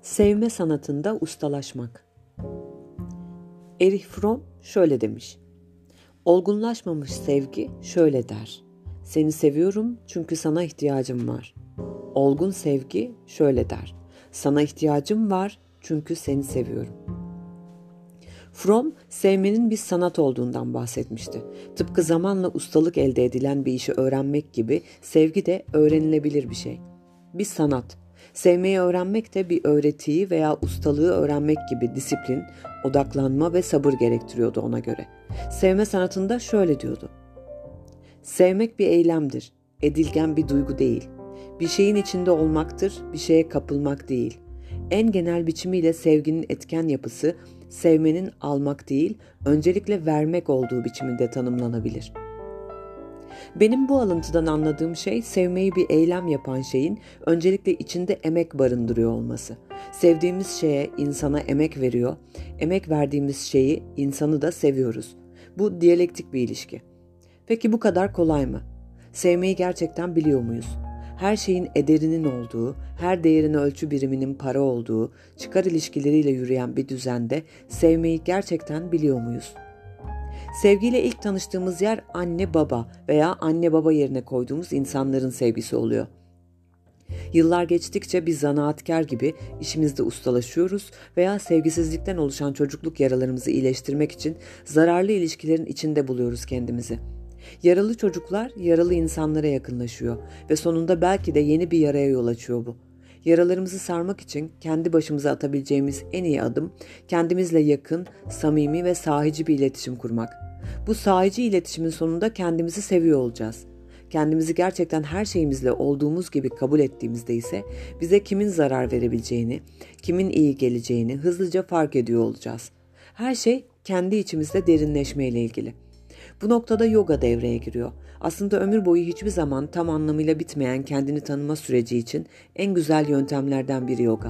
Sevme sanatında ustalaşmak. Erich Fromm şöyle demiş: Olgunlaşmamış sevgi şöyle der: Seni seviyorum çünkü sana ihtiyacım var. Olgun sevgi şöyle der: Sana ihtiyacım var çünkü seni seviyorum. Fromm, sevmenin bir sanat olduğundan bahsetmişti. Tıpkı zamanla ustalık elde edilen bir işi öğrenmek gibi sevgi de öğrenilebilir bir şey. Bir sanat. Sevmeyi öğrenmek de bir öğretiyi veya ustalığı öğrenmek gibi disiplin, odaklanma ve sabır gerektiriyordu ona göre. Sevme sanatında şöyle diyordu: Sevmek bir eylemdir, edilgen bir duygu değil. Bir şeyin içinde olmaktır, bir şeye kapılmak değil. En genel biçimiyle sevginin etken yapısı, sevmenin almak değil, öncelikle vermek olduğu biçiminde tanımlanabilir. Benim bu alıntıdan anladığım şey, sevmeyi bir eylem yapan şeyin öncelikle içinde emek barındırıyor olması. Sevdiğimiz şeye, insana emek veriyor, emek verdiğimiz şeyi, insanı da seviyoruz. Bu diyalektik bir ilişki. Peki bu kadar kolay mı? Sevmeyi gerçekten biliyor muyuz? Her şeyin ederinin olduğu, her değerin ölçü biriminin para olduğu, çıkar ilişkileriyle yürüyen bir düzende sevmeyi gerçekten biliyor muyuz? Sevgiyle ilk tanıştığımız yer anne baba veya anne baba yerine koyduğumuz insanların sevgisi oluyor. Yıllar geçtikçe bir zanaatkar gibi işimizde ustalaşıyoruz veya sevgisizlikten oluşan çocukluk yaralarımızı iyileştirmek için zararlı ilişkilerin içinde buluyoruz kendimizi. Yaralı çocuklar yaralı insanlara yakınlaşıyor ve sonunda belki de yeni bir yaraya yol açıyor bu. Yaralarımızı sarmak için kendi başımıza atabileceğimiz en iyi adım, kendimizle yakın, samimi ve sahici bir iletişim kurmak. Bu sahici iletişimin sonunda kendimizi seviyor olacağız. Kendimizi gerçekten her şeyimizle olduğumuz gibi kabul ettiğimizde ise bize kimin zarar verebileceğini, kimin iyi geleceğini hızlıca fark ediyor olacağız. Her şey kendi içimizde derinleşmeyle ilgili. Bu noktada yoga devreye giriyor. Aslında ömür boyu hiçbir zaman tam anlamıyla bitmeyen kendini tanıma süreci için en güzel yöntemlerden biri yoga.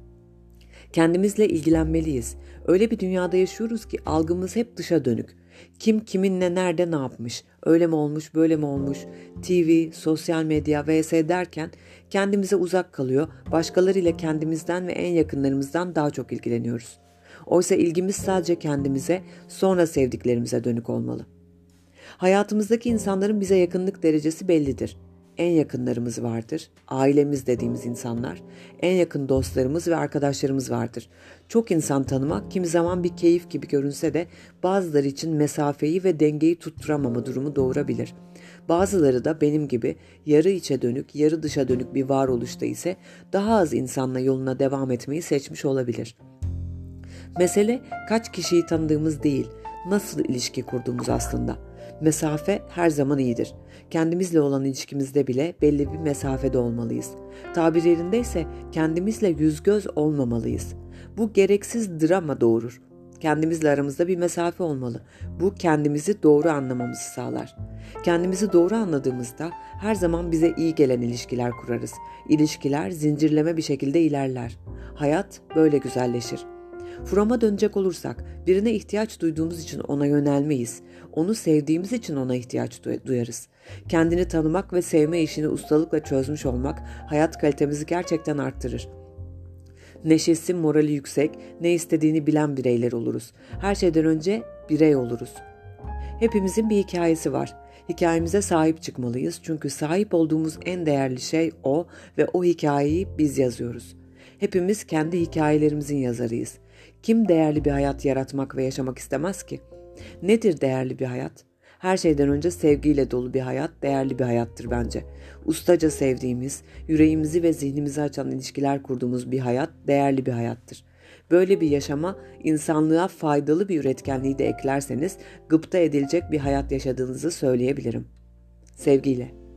Kendimizle ilgilenmeliyiz. Öyle bir dünyada yaşıyoruz ki algımız hep dışa dönük. Kim kiminle nerede ne yapmış, öyle mi olmuş, böyle mi olmuş, TV, sosyal medya vs derken kendimize uzak kalıyor, başkalarıyla kendimizden ve en yakınlarımızdan daha çok ilgileniyoruz. Oysa ilgimiz sadece kendimize, sonra sevdiklerimize dönük olmalı. Hayatımızdaki insanların bize yakınlık derecesi bellidir. En yakınlarımız vardır, ailemiz dediğimiz insanlar, en yakın dostlarımız ve arkadaşlarımız vardır. Çok insan tanımak kimi zaman bir keyif gibi görünse de bazıları için mesafeyi ve dengeyi tutturamama durumu doğurabilir. Bazıları da benim gibi yarı içe dönük, yarı dışa dönük bir varoluşta ise daha az insanla yoluna devam etmeyi seçmiş olabilir. Mesele kaç kişiyi tanıdığımız değil, nasıl ilişki kurduğumuz aslında. Mesafe her zaman iyidir. Kendimizle olan ilişkimizde bile belli bir mesafede olmalıyız. Tabir yerindeyse kendimizle yüz göz olmamalıyız. Bu gereksiz drama doğurur. Kendimizle aramızda bir mesafe olmalı. Bu kendimizi doğru anlamamızı sağlar. Kendimizi doğru anladığımızda her zaman bize iyi gelen ilişkiler kurarız. İlişkiler zincirleme bir şekilde ilerler. Hayat böyle güzelleşir. Fromm'a dönecek olursak, birine ihtiyaç duyduğumuz için ona yönelmeyiz. Onu sevdiğimiz için ona ihtiyaç duyarız. Kendini tanımak ve sevme işini ustalıkla çözmüş olmak hayat kalitemizi gerçekten arttırır. Neşesi, morali yüksek, ne istediğini bilen bireyler oluruz. Her şeyden önce birey oluruz. Hepimizin bir hikayesi var. Hikayemize sahip çıkmalıyız çünkü sahip olduğumuz en değerli şey o ve o hikayeyi biz yazıyoruz. Hepimiz kendi hikayelerimizin yazarıyız. Kim değerli bir hayat yaratmak ve yaşamak istemez ki? Nedir değerli bir hayat? Her şeyden önce sevgiyle dolu bir hayat değerli bir hayattır bence. Ustaca sevdiğimiz, yüreğimizi ve zihnimizi açan ilişkiler kurduğumuz bir hayat değerli bir hayattır. Böyle bir yaşama insanlığa faydalı bir üretkenliği de eklerseniz gıpta edilecek bir hayat yaşadığınızı söyleyebilirim. Sevgiyle.